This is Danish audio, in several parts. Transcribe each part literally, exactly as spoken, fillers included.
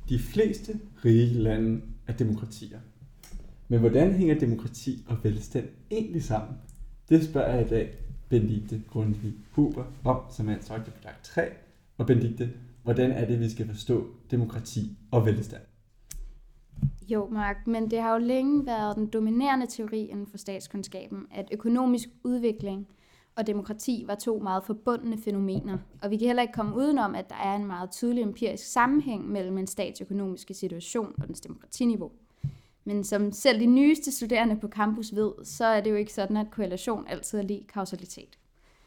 De fleste rige lande er demokratier. Men hvordan hænger demokrati og velstand egentlig sammen? Det spørger jeg i dag Benedikte Grundtvig Huber om, som er instruktør på D A C tre. Og Benedikte, hvordan er det, vi skal forstå demokrati og velstand? Jo, Mark, men det har jo længe været den dominerende teori inden for statskundskaben, at økonomisk udvikling og demokrati var to meget forbundne fænomener. Og vi kan heller ikke komme udenom, at der er en meget tydelig empirisk sammenhæng mellem en stats økonomiske situation og dens demokratiniveau. Men som selv de nyeste studerende på campus ved, så er det jo ikke sådan, at korrelation altid er lig kausalitet.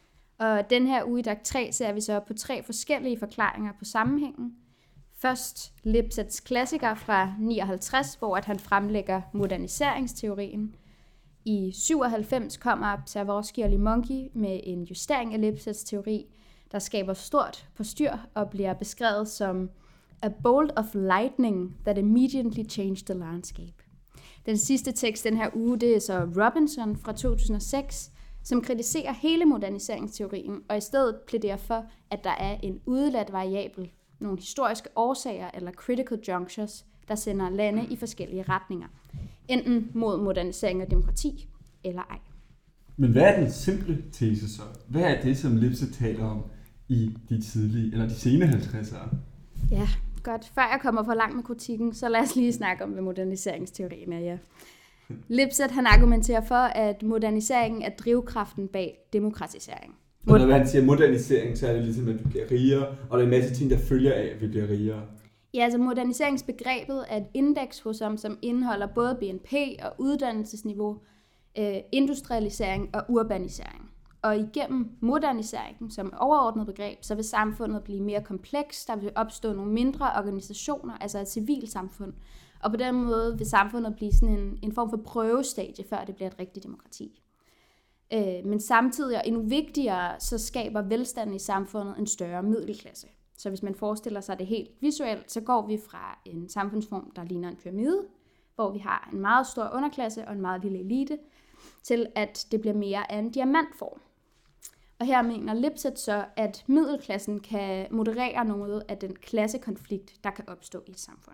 Og den her uge i D A C tre ser vi så på tre forskellige forklaringer på sammenhængen. Først Lipsets klassiker fra nioghalvtreds, hvor at han fremlægger moderniseringsteorien. I syvoghalvfems kommer Psaworsky og Limonki med en justering af Lipsets teori, der skaber stort postyr og bliver beskrevet som a bolt of lightning that immediately changed the landscape. Den sidste tekst den her uge, det er så Robinson fra to tusind og seks, som kritiserer hele moderniseringsteorien og i stedet plæderer for, at der er en udeladt variabel, nogle historiske årsager eller critical junctures, der sender lande i forskellige retninger. Enten mod modernisering og demokrati, eller ej. Men hvad er den simple tese så? Hvad er det, som Lipset taler om i de tidlige, eller de sene halvtredsere? Ja, godt. Før jeg kommer for langt med kritikken, så lad os lige snakke om, hvad moderniseringsteorien er, ja. Lipset, han argumenterer for, at moderniseringen er drivkraften bag demokratisering. Og når han siger modernisering, så er det ligesom, at vi bliver rigere, og der er en masse ting, der følger af, at vi bliver rigere. Ja, altså moderniseringsbegrebet er et indeks hos ham, som indeholder både B N P og uddannelsesniveau, øh, industrialisering og urbanisering. Og igennem moderniseringen som overordnet begreb, så vil samfundet blive mere kompleks, der vil opstå nogle mindre organisationer, altså et civilsamfund. Og på den måde vil samfundet blive sådan en, en form for prøvestadie, før det bliver et rigtigt demokrati. Øh, men samtidig og endnu vigtigere, så skaber velstanden i samfundet en større middelklasse. Så hvis man forestiller sig det helt visuelt, så går vi fra en samfundsform, der ligner en pyramide, hvor vi har en meget stor underklasse og en meget lille elite, til at det bliver mere af en diamantform. Og her mener Lipset så, at middelklassen kan moderere noget af den klassekonflikt, der kan opstå i et samfund.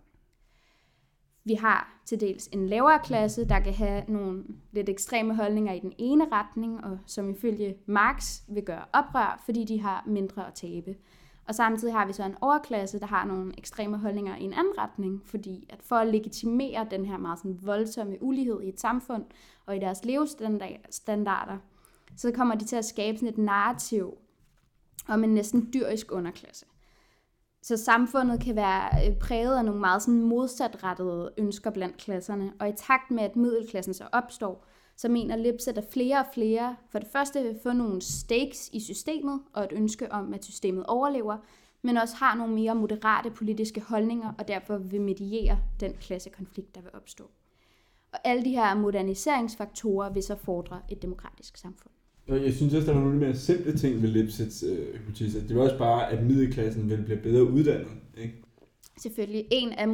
Vi har til dels en lavere klasse, der kan have nogle lidt ekstreme holdninger i den ene retning, og som ifølge Marx vil gøre oprør, fordi de har mindre at tabe. Og samtidig har vi så en overklasse, der har nogle ekstreme holdninger i en anden retning, fordi at for at legitimere den her meget sådan voldsomme ulighed i et samfund og i deres levestandarder, så kommer de til at skabe sådan et narrativ om en næsten dyrisk underklasse. Så samfundet kan være præget af nogle meget sådan modsatrettede ønsker blandt klasserne, og i takt med, at middelklassen så opstår, så mener Lipset, at flere og flere for det første vil få nogle stakes i systemet, og et ønske om, at systemet overlever, men også har nogle mere moderate politiske holdninger, og derfor vil mediere den klassekonflikt, der vil opstå. Og alle de her moderniseringsfaktorer vil så fordre et demokratisk samfund. Jeg synes også, der var nogle mere simple ting ved Lipsets øh, hypotese. Det var også bare, at middelklassen vil blive bedre uddannet, ikke? Selvfølgelig. En af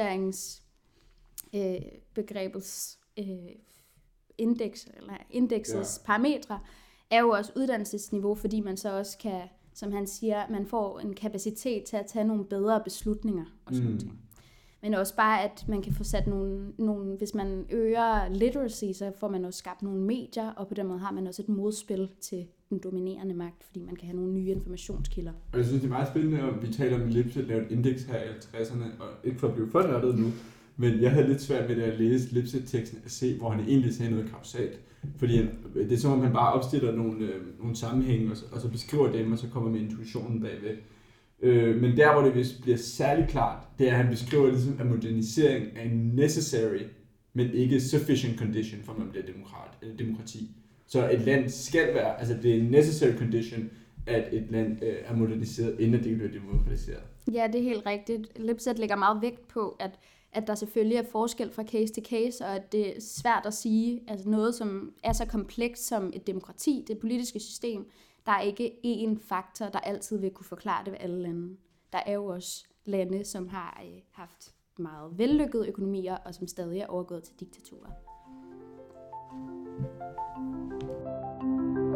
moderniseringsbegrebets øh, øh, indeks, eller indeksets ja. parametre er jo også uddannelsesniveau, fordi man så også kan, som han siger, man får en kapacitet til at tage nogle bedre beslutninger og sådan mm. ting. Men også bare, at man kan få sat nogle, nogle, hvis man øger literacy, så får man også skabt nogle medier, og på den måde har man også et modspil til den dominerende magt, fordi man kan have nogle nye informationskilder. Og jeg synes, det er meget spændende, at vi taler om Lipset lavet et indeks her i halvtredserne, og ikke for at blive for nørdet nu, men jeg havde lidt svært med det at læse Lipset-teksten at se, hvor han egentlig sagde noget kausalt. Fordi det er som om, man bare opstiller nogle, øh, nogle sammenhænge, og så, og så beskriver dem, og så kommer med intuitionen bagved. Øh, men der, hvor det vist bliver særlig klart, det er, at han beskriver ligesom, at modernisering er en necessary, men ikke sufficient condition, for at man bliver demokrat, eller demokrati. Så et land skal være, altså det er en necessary condition, at et land øh, er moderniseret, inden det bliver demokratiseret. Ja, det er helt rigtigt. Lipset lægger meget vægt på, at at der selvfølgelig er forskel fra case til case, og at det er svært at sige, altså noget, som er så komplekst som et demokrati, det politiske system, der er ikke én faktor, der altid vil kunne forklare det ved alle lande. Der er jo også lande, som har øh, haft meget vellykkede økonomier, og som stadig er overgået til diktaturer.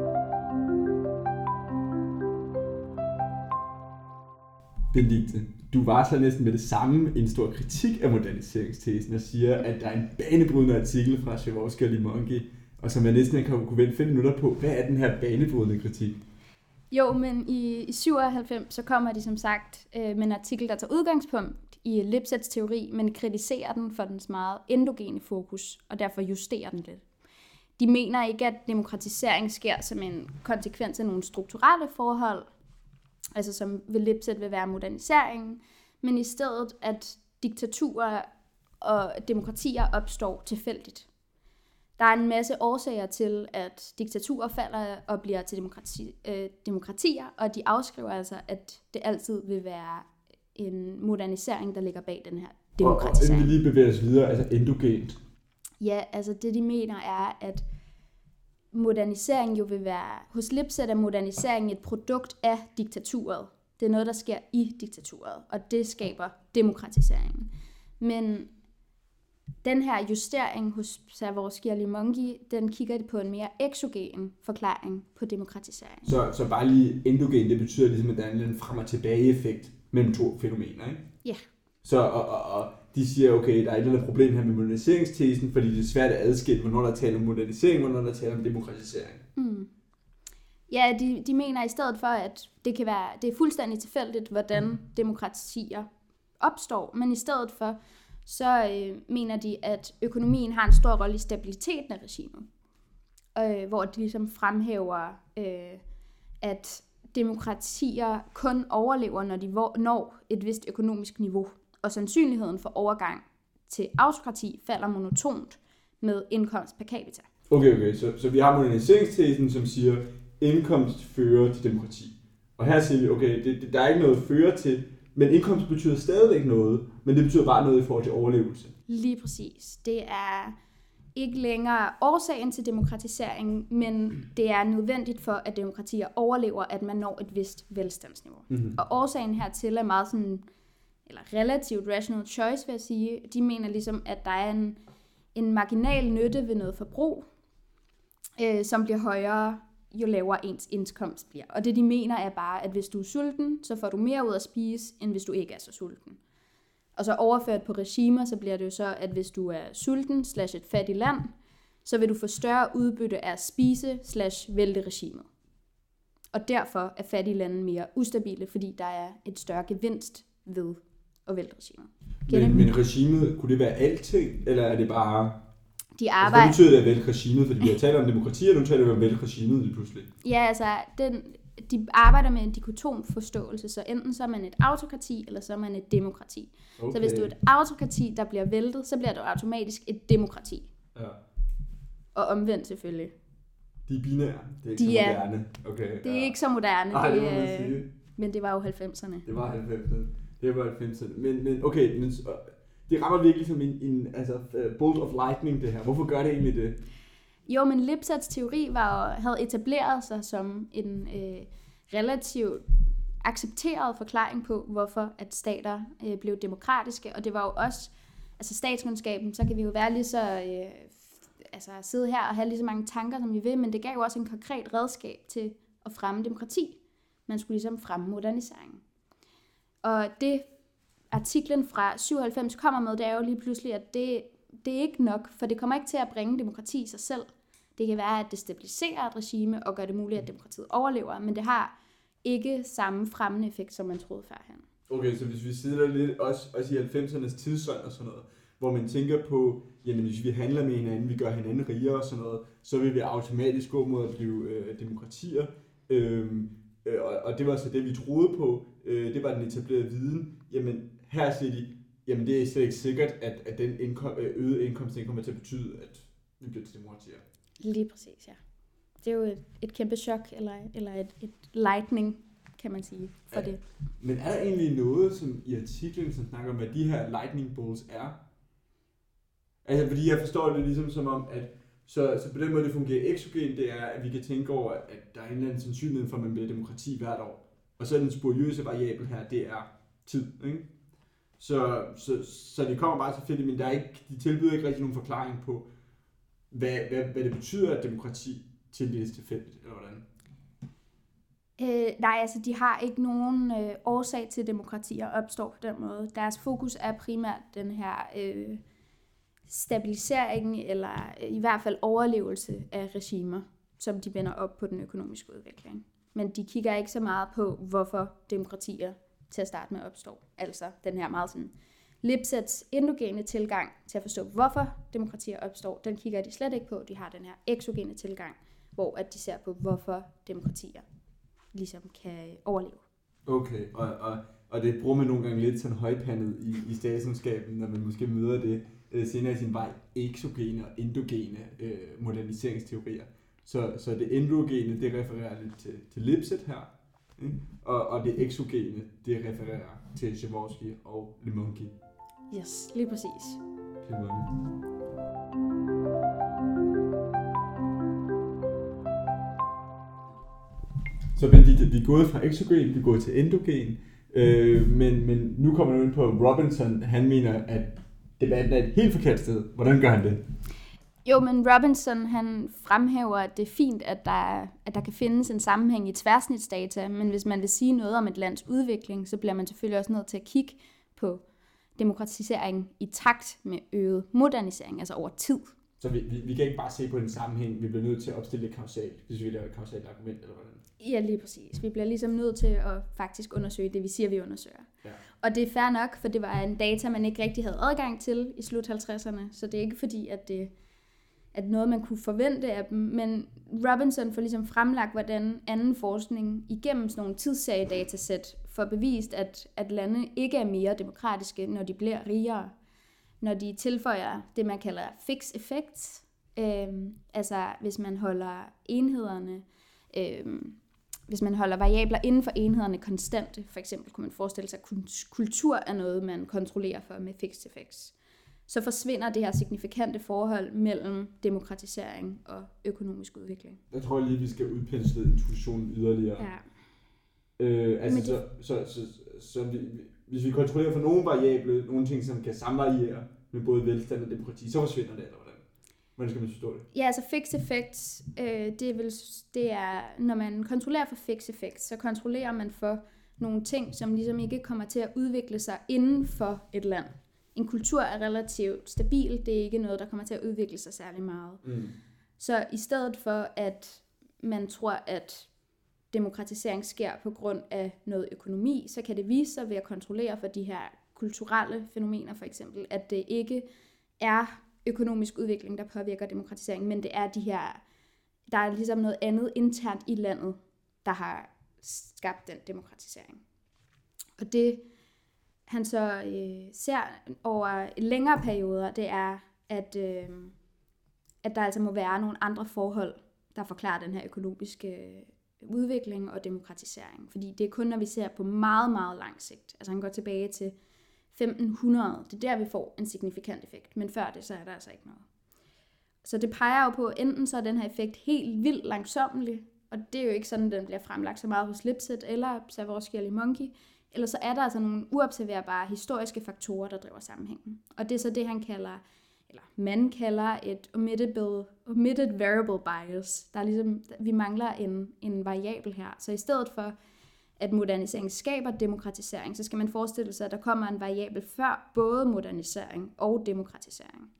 Benedikte, du var så næsten med det samme en stor kritik af moderniseringstesen og siger, at der er en banebrydende artikel fra Tchaikovsky og Limongi, og som jeg næsten ikke har kunne vente fem minutter på. Hvad er den her banebrydende kritik? Jo, men i, i syvoghalvfems så kommer de som sagt øh, med en artikel, der tager udgangspunkt i Lipsets teori, men kritiserer den for dens meget endogene fokus, og derfor justerer den lidt. De mener ikke, at demokratisering sker som en konsekvens af nogle strukturelle forhold, altså som ved Lipset vil være moderniseringen, men i stedet, at diktaturer og demokratier opstår tilfældigt. Der er en masse årsager til, at diktaturer falder og bliver til demokrati, øh, demokratier, og de afskriver altså, at det altid vil være en modernisering, der ligger bag den her demokratisering. Og, og vi lige bevæger os videre, altså endogent. Ja, altså det de mener er, at modernisering jo vil være, hos Lipset er modernisering et produkt af diktaturet. Det er noget, der sker i diktaturet, og det skaber demokratiseringen. Men den her justering hos Tchaikovsky og Limongi, den kigger på en mere exogen forklaring på demokratisering. Så, så bare lige endogen, det betyder ligesom, at der er en frem- og tilbage-effekt mellem to fænomener, ikke? Ja. Så og, og, og de siger, okay, der er et eller andet problem her med moderniseringstesen, fordi det er svært at adskille, hvornår der taler om modernisering, hvornår der taler om demokratisering. Mm. Ja, de, de mener i stedet for, at det kan være, det er fuldstændig tilfældigt, hvordan demokratier opstår, men i stedet for, så øh, mener de, at økonomien har en stor rolle i stabiliteten af regimet, øh, hvor de ligesom fremhæver, øh, at demokratier kun overlever, når de når et vist økonomisk niveau, og sandsynligheden for overgang til autokrati falder monotont med indkomst per capita. Okay, okay, så, så vi har moderniseringstesen, som siger, indkomst fører til demokrati. Og her siger vi, okay, det, det, der er ikke noget at føre til, men indkomst betyder stadigvæk noget, men det betyder bare noget i forhold til overlevelse. Lige præcis. Det er ikke længere årsagen til demokratiseringen, men det er nødvendigt for, at demokratier overlever, at man når et vist velstandsniveau. Mm-hmm. Og årsagen hertil er meget sådan, eller relativt rational choice, vil jeg sige. De mener ligesom, at der er en, en marginal nytte ved noget forbrug, øh, som bliver højere, jo lavere ens indkomst bliver. Og det de mener er bare, at hvis du er sulten, så får du mere ud at spise, end hvis du ikke er så sulten. Og så overført på regimer, så bliver det jo så, at hvis du er sulten slash et fattigt land, så vil du få større udbytte af at spise slash vælte regimet. Og derfor er fattige lande mere ustabile, fordi der er et større gevinst ved at vælte regimet. Men, men regimet, kunne det være alting, eller er det bare... De arbejder... Altså, hvad betyder det at vælte regimet? Fordi vi har talt om demokrati, og nu taler vi om at vælte regimet lige pludselig. Ja, altså, den, de arbejder med en dikotom forståelse, så enten så er man et autokrati, eller så er man et demokrati. Okay. Så hvis du er et autokrati, der bliver væltet, så bliver du automatisk et demokrati. Ja. Og omvendt selvfølgelig. De er binære. Det er ikke de så er, moderne. Okay, det er ja. ikke så moderne. Ej, det må det, man sige. Men det var jo halvfemserne. Det var halvfemserne. Det var halvfemserne. Men, men okay, men, det rammer virkelig som en, en altså, bolt of lightning, det her. Hvorfor gør det egentlig det? Jo, men Lipsets teori var, havde etableret sig som en øh, relativt accepteret forklaring på, hvorfor at stater øh, blev demokratiske. Og det var jo også, altså statskundskaben, så kan vi jo være lige så, øh, altså sidde her og have lige så mange tanker, som vi vil, men det gav jo også en konkret redskab til at fremme demokrati. Man skulle ligesom fremme moderniseringen. Og det artiklen fra syvoghalvfems kommer med, det er jo lige pludselig, at det, det er ikke nok, for det kommer ikke til at bringe demokrati i sig selv. Det kan være, at det stabiliserer et regime og gør det muligt, at demokratiet overlever, men det har ikke samme fremmende effekt, som man troede førhen. Okay, så hvis vi sidder lidt også, også i halvfemsernes tidsånd og sådan noget, hvor man tænker på, jamen hvis vi handler med hinanden, vi gør hinanden rigere og sådan noget, så vil vi automatisk gå mod at blive øh, demokratier. Øhm, øh, og, og det var så det, vi troede på. Øh, det var den etablerede viden. Jamen her siger de, jamen det er slet ikke sikkert, at, at den indkom, øgede indkomst kommer til at betyde, at vi bliver til demokratier. Lige præcis, ja. Det er jo et, et kæmpe chok, eller, eller et, et lightning, kan man sige, for ja. det. Men er der egentlig noget, som i artiklen, som snakker om, hvad de her lightning bolts er? Altså, fordi jeg forstår det ligesom som om, at så, så på den måde, det fungerer exogen, det er, at vi kan tænke over, at der er en eller anden sandsynlighed for, at man bliver demokrati hvert år. Og så er den spuriøse variabel her, det er tid, ikke? Så, så, så det kommer bare tilfældigt, men der er ikke, de tilbyder ikke rigtig nogen forklaring på, hvad, hvad, hvad det betyder, at demokrati tildeles tilfældigt, eller hvordan? Øh, nej, altså de har ikke nogen øh, årsag til demokratier opstår på den måde. Deres fokus er primært den her øh, stabilisering, eller øh, i hvert fald overlevelse af regimer, som de vender op på den økonomiske udvikling. Men de kigger ikke så meget på, hvorfor demokratier til at starte med opstår. Altså den her meget sådan Lipsets endogene tilgang til at forstå, hvorfor demokratier opstår, den kigger de slet ikke på. De har den her exogene tilgang, hvor at de ser på, hvorfor demokratier ligesom kan overleve. Okay, og, og, og det bruger man nogle gange lidt sådan højpandet i, i statskundskaben, når man måske møder det øh, senere i sin vej, exogene og endogene øh, moderniseringsteorier. Så, så det endogene, det refererer lidt til, til Lipset her, ikke? Og, og det exogene, det refererer til Jaworski og Limonki. Yes, lige præcis. Så vi, vi er gået fra exogen, vi er gået til endogen, øh, men, men nu kommer vi ind på Robinson. Han mener, at debatten er et helt forkert sted. Hvordan gør han det? Jo, men Robinson han fremhæver, at det er fint, at der, at der kan findes en sammenhæng i tværsnitsdata, men hvis man vil sige noget om et lands udvikling, så bliver man selvfølgelig også nødt til at kigge på demokratisering i takt med øget modernisering, altså over tid. Så vi, vi, vi kan ikke bare se på en sammenhæng, vi bliver nødt til at opstille et kausalt, hvis vi laver et kausalt argument, eller hvordan? Ja, lige præcis. Vi bliver ligesom nødt til at faktisk undersøge det, vi siger, vi undersøger. Ja. Og det er fair nok, for det var en data, man ikke rigtig havde adgang til i slut halvtredserne, så det er ikke fordi, at det at noget, man kunne forvente af dem, men Robinson får ligesom fremlagt, hvordan anden forskning igennem sådan nogle tidsseriedataset får bevist, at, at lande ikke er mere demokratiske, når de bliver rigere. Når de tilføjer det, man kalder fixed effects, øhm, altså hvis man holder enhederne, øhm, hvis man holder variabler inden for enhederne konstante, for eksempel kunne man forestille sig, at kultur er noget, man kontrollerer for med fixed effects, så forsvinder det her signifikante forhold mellem demokratisering og økonomisk udvikling. Jeg tror lige, vi skal udpensle intuitionen yderligere. Ja. Øh, altså, så, så, så, så, så vi, hvis vi kontrollerer for nogle variable, nogle ting, som kan samvariere med både velstand og demokrati, så forsvinder det, eller hvordan? Hvordan skal man forstå det? Ja, altså fixed effects, øh, det, er vel, det er, når man kontrollerer for fixed effects, så kontrollerer man for nogle ting, som ligesom ikke kommer til at udvikle sig inden for et land. En kultur er relativt stabil, det er ikke noget, der kommer til at udvikle sig særlig meget. Mm. Så i stedet for, at man tror, at demokratisering sker på grund af noget økonomi, så kan det vise sig ved at kontrollere for de her kulturelle fænomener, for eksempel, at det ikke er økonomisk udvikling, der påvirker demokratisering, men det er de her, der er ligesom noget andet internt i landet, der har skabt den demokratisering. Og det han så øh, ser over længere perioder, det er, at, øh, at der altså må være nogle andre forhold, der forklarer den her økonomiske udvikling og demokratisering. Fordi det er kun, når vi ser på meget, meget lang sigt. Altså han går tilbage til femten hundrede. Det er der, vi får en signifikant effekt. Men før det, så er der altså ikke noget. Så det peger jo på, at enten så er den her effekt helt vildt langsommelig, og det er jo ikke sådan, den bliver fremlagt så meget hos Lipset eller Jaworski eller Limonki, eller så er der altså nogle uobserverbare historiske faktorer, der driver sammenhængen. Og det er så det, han kalder, eller man kalder et omitted, omitted variable bias. Der er ligesom, vi mangler en, en variabel her. Så i stedet for, at modernisering skaber demokratisering, så skal man forestille sig, at der kommer en variabel før både modernisering og demokratisering.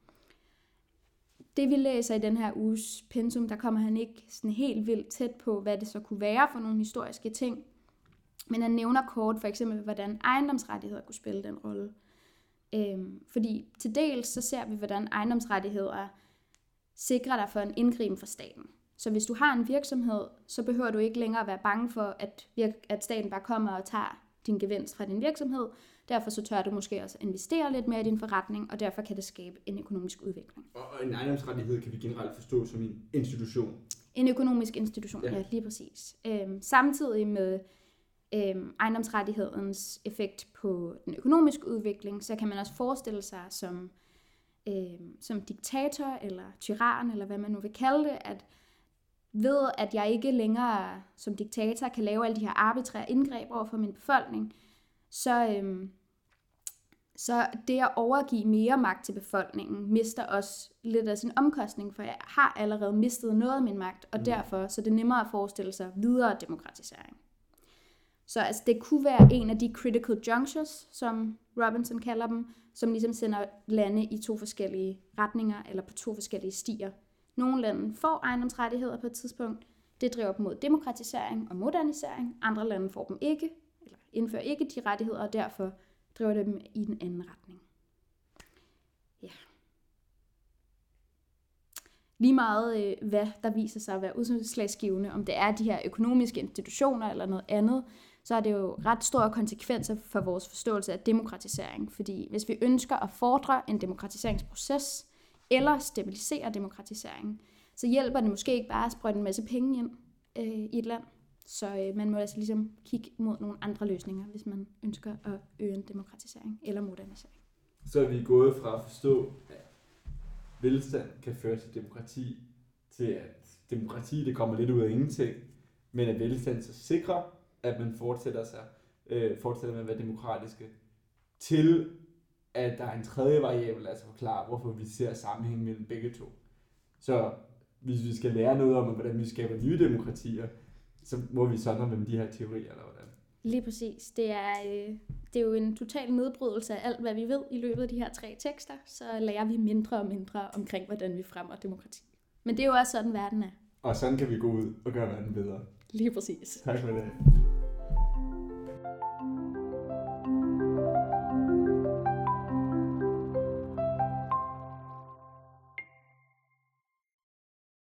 Det vi læser i den her uges pensum, der kommer han ikke sådan helt vildt tæt på, hvad det så kunne være for nogle historiske ting. Men han nævner kort for eksempel, hvordan ejendomsrettigheder kunne spille den rolle. Øhm, fordi til dels så ser vi, hvordan ejendomsrettigheder sikrer dig for en indgriben fra staten. Så hvis du har en virksomhed, så behøver du ikke længere at være bange for, at, virk- at staten bare kommer og tager din gevinst fra din virksomhed. Derfor så tør du måske også investere lidt mere i din forretning, og derfor kan det skabe en økonomisk udvikling. Og en ejendomsrettighed kan vi generelt forstå som en institution. En økonomisk institution, ja, ja lige præcis. Øhm, samtidig med øhm, ejendomsrettighedens effekt på den økonomiske udvikling, så kan man også forestille sig som, øhm, som diktator eller tyran, eller hvad man nu vil kalde det, at ved at jeg ikke længere som diktator kan lave alle de her arbitrære indgreb over for min befolkning, så, øhm, så det at overgive mere magt til befolkningen mister også lidt af sin omkostning, for jeg har allerede mistet noget af min magt, og mm. derfor så er det nemmere at forestille sig videre demokratisering. Så altså, det kunne være en af de critical junctures, som Robinson kalder dem, som ligesom sender lande i to forskellige retninger, eller på to forskellige stier. Nogle lande får ejendomsrettigheder på et tidspunkt. Det driver dem mod demokratisering og modernisering. Andre lande får dem ikke, eller indfører ikke de rettigheder, og derfor driver det dem i den anden retning. Ja. Lige meget, øh, hvad der viser sig at være udslagsgivende, om det er de her økonomiske institutioner eller noget andet, så er det jo ret store konsekvenser for vores forståelse af demokratisering. Fordi hvis vi ønsker at fordre en demokratiseringsproces, eller stabilisere demokratiseringen, så hjælper det måske ikke bare at sprøjte en masse penge ind øh, i et land. Så øh, man må altså ligesom kigge mod nogle andre løsninger, hvis man ønsker at øge en demokratisering eller modernisering. Så er vi gået fra at forstå, at velstand kan føre til demokrati, til at demokrati det kommer lidt ud af ingenting, men at velstand så sikrer, at man fortsætter, sig, øh, fortsætter med at være demokratiske, til at der er en tredje variabel, altså forklare, hvorfor vi ser sammenhæng mellem begge to. Så hvis vi skal lære noget om, hvordan vi skaber nye demokratier, så må vi sondre mellem de her teorier, eller hvordan? Lige præcis. Det er, øh, det er jo en total nedbrydelse af alt, hvad vi ved i løbet af de her tre tekster, så lærer vi mindre og mindre omkring, hvordan vi fremmer demokrati. Men det er jo også sådan, verden er. Og sådan kan vi gå ud og gøre verden bedre. Lige præcis. Tak for det.